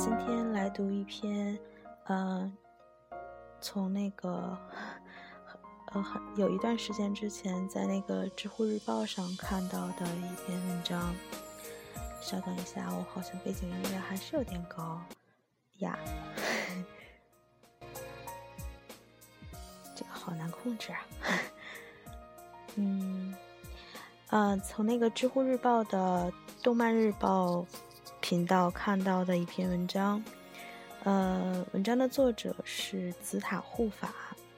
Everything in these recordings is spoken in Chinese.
今天来读一篇，从那个，有一段时间之前在那个知乎日报上看到的一篇文章。稍等一下，我好像背景音乐还是有点高呀，这个好难控制啊。从那个知乎日报的动漫日报频道看到的一篇文章，文章的作者是紫塔护法，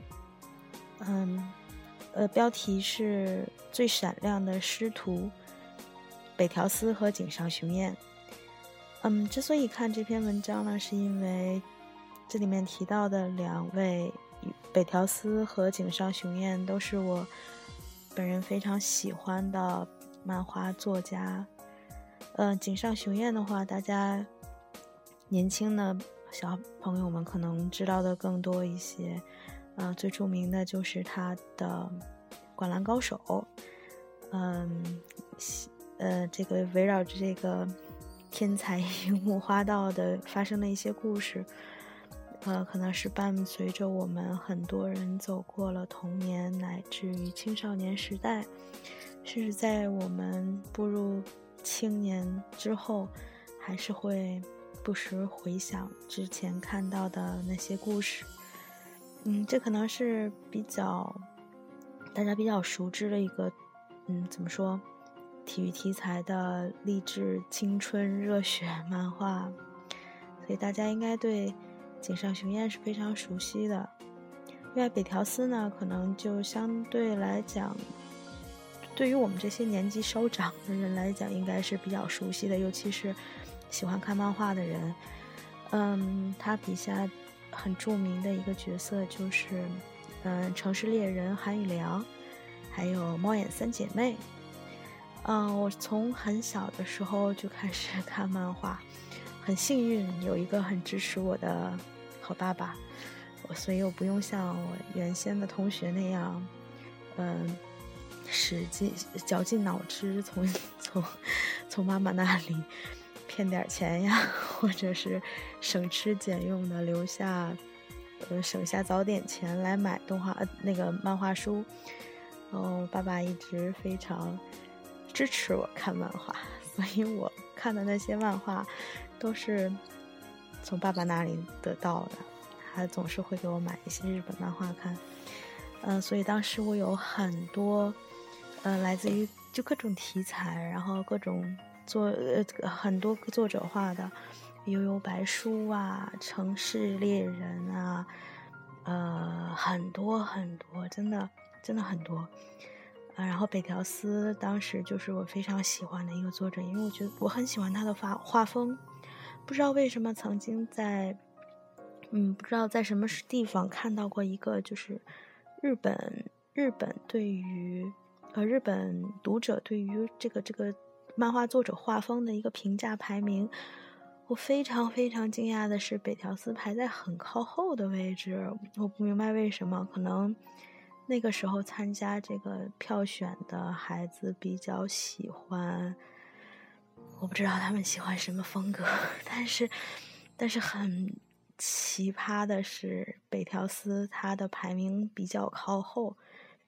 标题是最闪亮的师徒北条司和井上雄彦。之所以看这篇文章呢，是因为这里面提到的两位北条司和井上雄彦都是我本人非常喜欢的漫画作家。井上雄彦的话，大家年轻的小朋友们可能知道的更多一些，最著名的就是他的灌篮高手。这个围绕着这个天才樱木花道的发生的一些故事，可能是伴随着我们很多人走过了童年乃至于青少年时代，甚至在我们步入青年之后，还是会不时回想之前看到的那些故事。这可能是大家比较熟知的一个怎么说，体育题材的励志青春热血漫画，所以大家应该对井上雄彦是非常熟悉的。另外北条司呢，可能就相对来讲，对于我们这些年纪稍长的人来讲，应该是比较熟悉的，尤其是喜欢看漫画的人。他笔下很著名的一个角色就是城市猎人韩羽良，还有猫眼三姐妹。我从很小的时候就开始看漫画，很幸运有一个很支持我的好爸爸，所以我不用像我原先的同学那样绞尽脑汁从妈妈那里骗点钱呀，或者是省吃俭用的留下省下早点钱来买那个漫画书。爸爸一直非常支持我看漫画，所以我看的那些漫画都是从爸爸那里得到的，他总是会给我买一些日本漫画看。所以当时我有很多来自于就各种题材，然后各种很多个作者画的悠悠白书啊，城市猎人啊，很多很多，真的很多。然后北条司当时就是我非常喜欢的一个作者，因为我觉得我很喜欢他的画风。不知道为什么曾经在不知道在什么地方看到过一个，就是日本对于日本读者对于这个漫画作者画风的一个评价排名。我非常非常惊讶的是，北条司排在很靠后的位置，我不明白为什么，可能那个时候参加这个票选的孩子比较喜欢，我不知道他们喜欢什么风格，但是很奇葩的是，北条司他的排名比较靠后，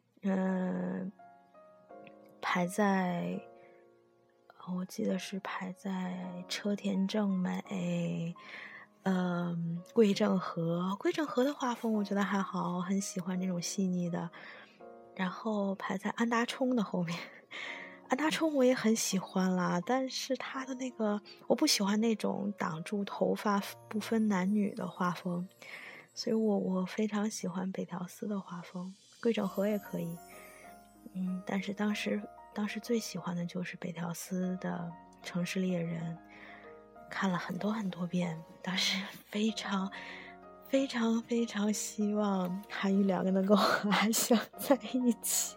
排在我记得是排在车田正美，桂正和的画风我觉得还好，我很喜欢那种细腻的。然后排在安达充的后面，安达充我也很喜欢啦，但是他的那个我不喜欢那种挡住头发不分男女的画风，所以我非常喜欢北条司的画风，桂正和也可以。但是当时最喜欢的就是北条司的城市猎人，看了很多很多遍，当时非常非常非常希望韩语两个能够和阿香在一起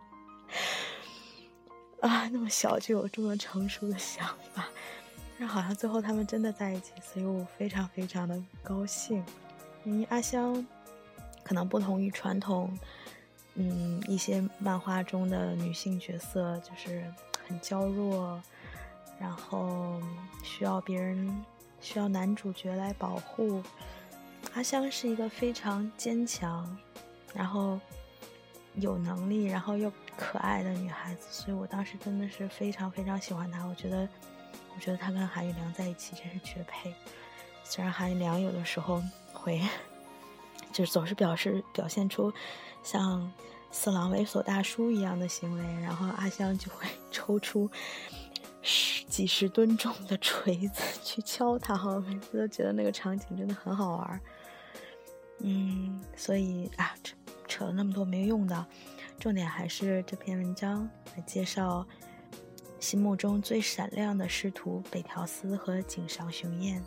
那么小就有这么成熟的想法，但好像最后他们真的在一起，所以我非常非常的高兴。因为阿香可能不同于传统一些漫画中的女性角色，就是很娇弱，然后需要别人需要男主角来保护。阿香是一个非常坚强，然后有能力，然后又可爱的女孩子，所以我当时真的是非常非常喜欢她。我觉得她跟韩宇良在一起真是绝配。虽然韩宇良有的时候会就是总是表现出像色狼猥琐大叔一样的行为，然后阿香就会抽出几十吨重的锤子去敲他，我每次都觉得那个场景真的很好玩。所以扯了那么多没用的，重点还是这篇文章来介绍心目中最闪亮的师徒北条司和井上雄彦。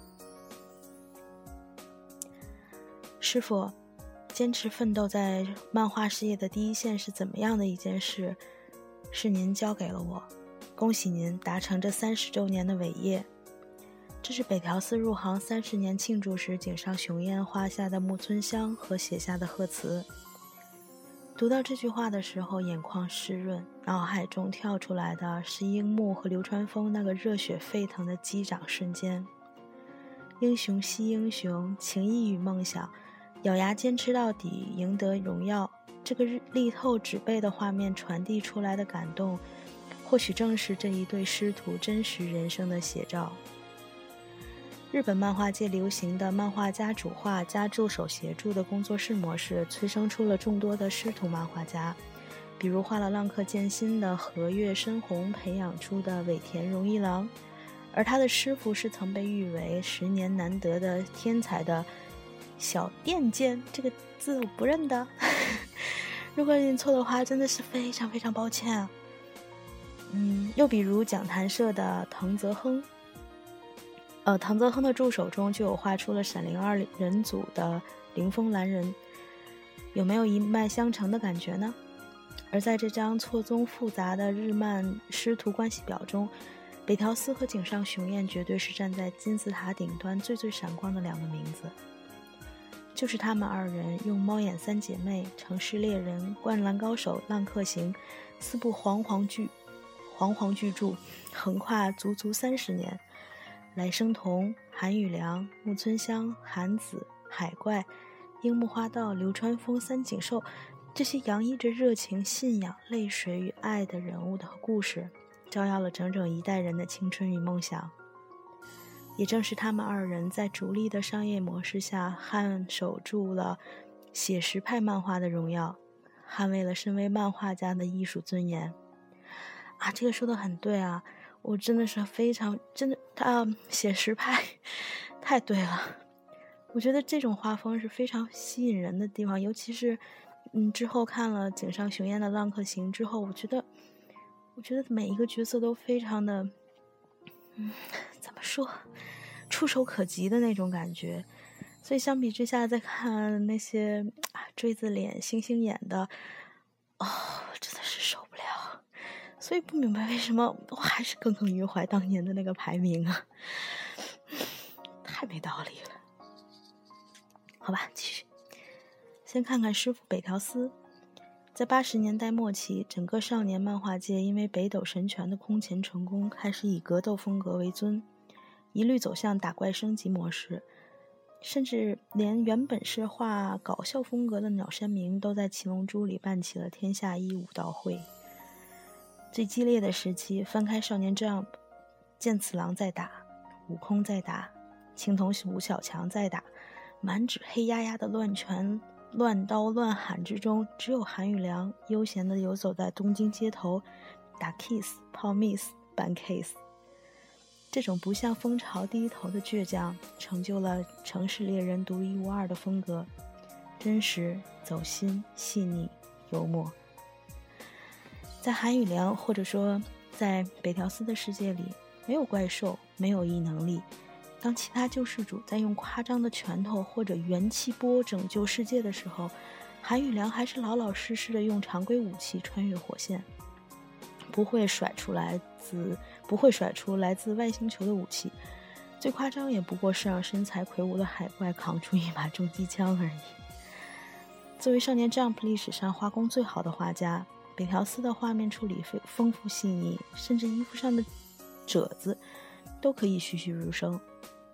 师傅，坚持奋斗在漫画事业的第一线是怎么样的一件事？是您交给了我，恭喜您达成这30周年的伟业。这是北条司入行30年庆祝时井上雄彦画下的木村香和写下的贺词。读到这句话的时候，眼眶湿润，脑海中跳出来的是樱木和流川枫那个热血沸腾的击掌瞬间。英雄惜英雄，情谊与梦想，咬牙坚持到底，赢得荣耀。这个力透纸背的画面传递出来的感动，或许正是这一对师徒真实人生的写照。日本漫画界流行的漫画家主画加助手协助的工作室模式，催生出了众多的师徒漫画家，比如画了浪客剑心的和月伸宏培养出的尾田荣一郎，而他的师傅是曾被誉为10年难得的天才的小电剑，这个字我不认得如果认错的话真的是非常非常抱歉啊。又比如讲谈社的藤泽亨，藤泽亨的助手中就有画出了闪灵2人组的铃风蓝人，有没有一脉相承的感觉呢？而在这张错综复杂的日漫师徒关系表中，北条司和井上雄彦绝对是站在金字塔顶端最闪光的2个名字。就是他们2人用猫眼3姐妹、城市猎人、灌篮高手、浪客行4部煌煌巨著，横跨足30年，来生童、韩宇良、木村香、韩子、海怪、樱木花道、流川枫、三井寿，这些洋溢着热情、信仰、泪水与爱的人物的故事，照耀了整整一代人的青春与梦想。也正是他们2人在逐利的商业模式下，捍守住了写实派漫画的荣耀，捍卫了身为漫画家的艺术尊严。这个说的很对啊，我真的是非常写实派太对了。我觉得这种画风是非常吸引人的地方，尤其是之后看了井上雄彦的浪客行之后，我觉得每一个角色都非常的怎么说，触手可及的那种感觉。所以相比之下再看那些锥子脸星星眼的，真的是受不了。所以不明白为什么我还是耿耿于怀当年的那个排名啊，太没道理了。好吧，继续。先看看师傅北条司。在80年代末期，整个少年漫画界因为北斗神拳的空前成功，开始以格斗风格为尊，一律走向打怪升级模式，甚至连原本是画搞笑风格的鸟山明都在七龙珠里办起了天下一武道会。最激烈的时期，翻开少年 Jump， 剑次郎在打，悟空在打，青铜吴小强在打，满纸黑压压的乱拳乱刀乱喊之中，只有韩宇良悠闲地游走在东京街头，打 kiss 泡 miss 办 case。 这种不向风潮低头的倔强，成就了城市猎人独一无二的风格，真实走心细腻幽默。在韩宇良或者说在北条司的世界里，没有怪兽，没有异能力。当其他救世主在用夸张的拳头或者元气波拯救世界的时候，韩宇良还是老老实实的用常规武器穿越火线，不会甩出来自外星球的武器，最夸张也不过是让身材魁梧的海怪扛出一把重机枪而已。作为少年 Jump 历史上画工最好的画家，北条司的画面处理丰富细腻，甚至衣服上的褶子都可以栩栩如生。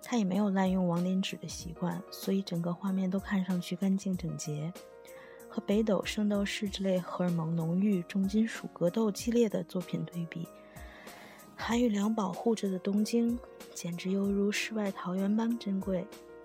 他也没有滥用网点纸的习惯，所以整个画面都看上去干净整洁。和北斗、圣斗士之类荷尔蒙浓郁、重金属格斗激烈的作品对比，韩语良保护着的东京简直犹如世外桃源般珍贵。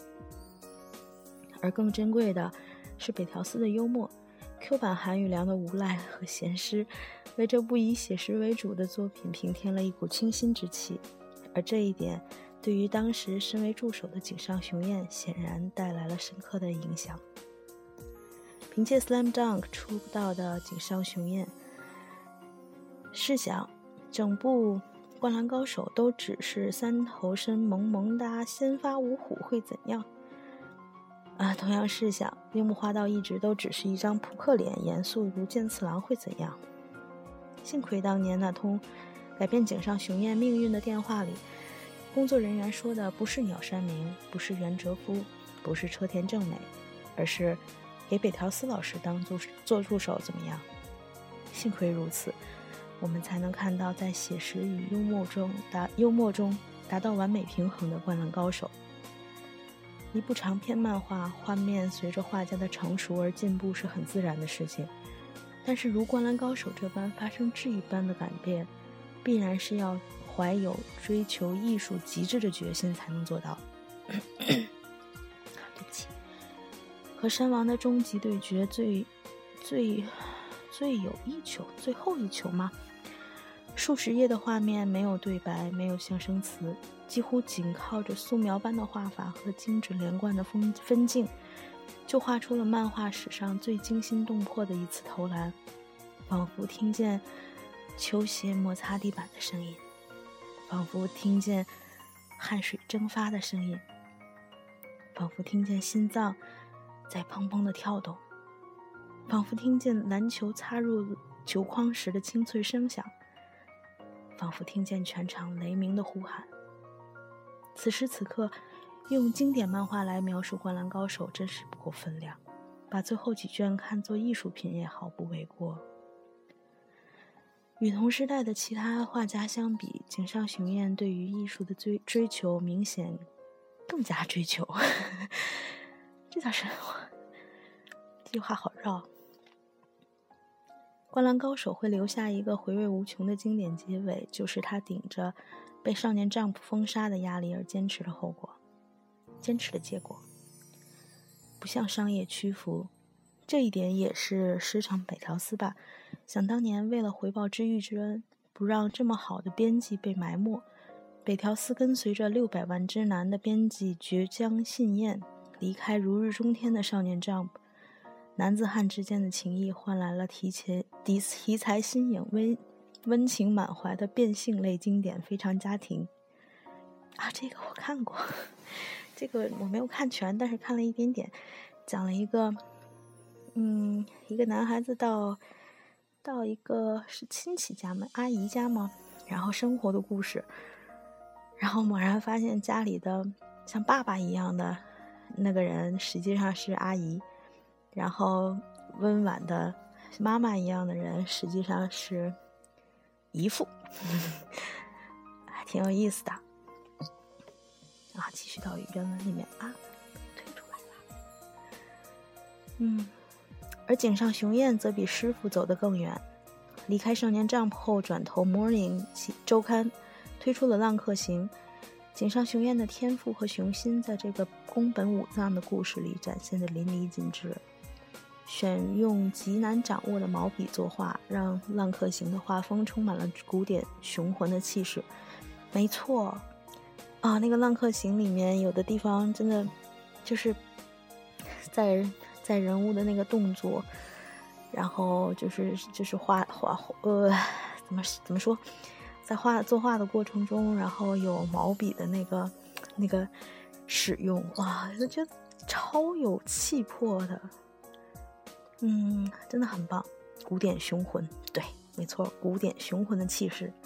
而更珍贵的是北条司的幽默。Q 版韩语良的无赖和闲诗为这部以写实为主的作品平添了一股清新之气，而这一点对于当时身为助手的井上雄彦显然带来了深刻的影响。凭借 Slam Dunk 出道的井上雄彦，试想整部灌篮高手都只是三头身萌萌哒先发五虎会怎样同样试想樱木花道一直都只是一张扑克脸，严肃如剑次郎会怎样。幸亏当年那通改变井上雄彦命运的电话里，工作人员说的不是鸟山明，不是袁哲夫，不是车田正美，而是给北条司老师做助手怎么样。幸亏如此，我们才能看到在写实与幽默中达到完美平衡的灌篮高手。一部长篇漫画，画面随着画家的成熟而进步是很自然的事情，但是如灌篮高手这般发生质一般的改变，必然是要怀有追求艺术极致的决心才能做到。对不起，和山王的终极对决最后一球吗？数十页的画面，没有对白，没有象声词，几乎仅靠着素描般的画法和精致连贯的分镜，就画出了漫画史上最惊心动魄的一次投篮，仿佛听见球鞋摩擦地板的声音，仿佛听见汗水蒸发的声音，仿佛听见心脏在砰砰地跳动，仿佛听见篮球擦入球框时的清脆声响，仿佛听见全场雷鸣的呼喊。此时此刻，用经典漫画来描述《灌篮高手》真是不够分量，把最后几卷看作艺术品也毫不为过。与同时代的其他画家相比，井上雄彦对于艺术的追求明显更加追求这叫什么？这句话好绕。灌篮高手会留下一个回味无穷的经典结尾，就是他顶着被少年 Jump 封杀的压力而坚持的结果。不向商业屈服，这一点也是师承北条司吧。想当年为了回报知遇之恩，不让这么好的编辑被埋没，北条司跟随着600万之男的编辑绝江信彦离开如日中天的少年 Jump，男子汉之间的情谊换来了题材新颖、温情满怀的变性类经典《非常家庭》这个我看过，这个我没有看全，但是看了一点点，讲了一个男孩子到一个是亲戚家吗？阿姨家吗？然后生活的故事，然后猛然发现家里的像爸爸一样的那个人实际上是阿姨，然后温婉的妈妈一样的人实际上是姨父还挺有意思的继续到原文里面推出来了。而井上雄彦则比师傅走得更远，离开少年 Jump 后转投 Morning 周刊，推出了浪客行。井上雄彦的天赋和雄心在这个宫本武藏的故事里展现得淋漓尽致，选用极难掌握的毛笔作画，让浪客行的画风充满了古典雄浑的气势。没错那个浪客行里面有的地方真的就是在人物的那个动作，然后就是画怎么说，在作画的过程中，然后有毛笔的那个使用，我觉得超有气魄的，真的很棒，古典雄浑，对，没错，古典雄浑的气势。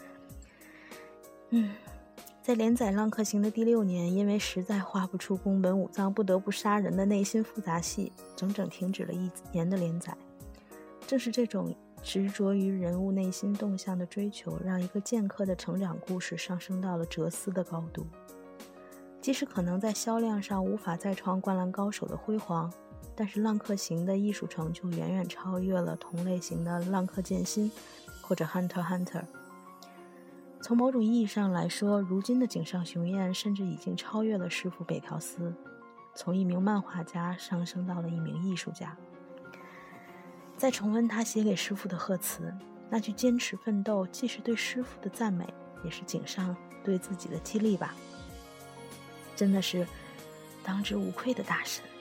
在连载《浪客行》的第6年，因为实在画不出宫本武藏不得不杀人的内心复杂戏，整整停止了1年的连载。正是这种执着于人物内心动向的追求，让一个剑客的成长故事上升到了哲思的高度。 即使可能在销量上无法再创灌篮高手的辉煌，但是浪客行的艺术成就远远超越了同类型的浪客剑心或者 Hunter x Hunter。 从某种意义上来说，如今的井上雄彦甚至已经超越了师傅北条司，从一名漫画家上升到了一名艺术家。再重温他写给师傅的贺词，那句坚持奋斗既是对师傅的赞美，也是井上对自己的激励吧。真的是当之无愧的大神。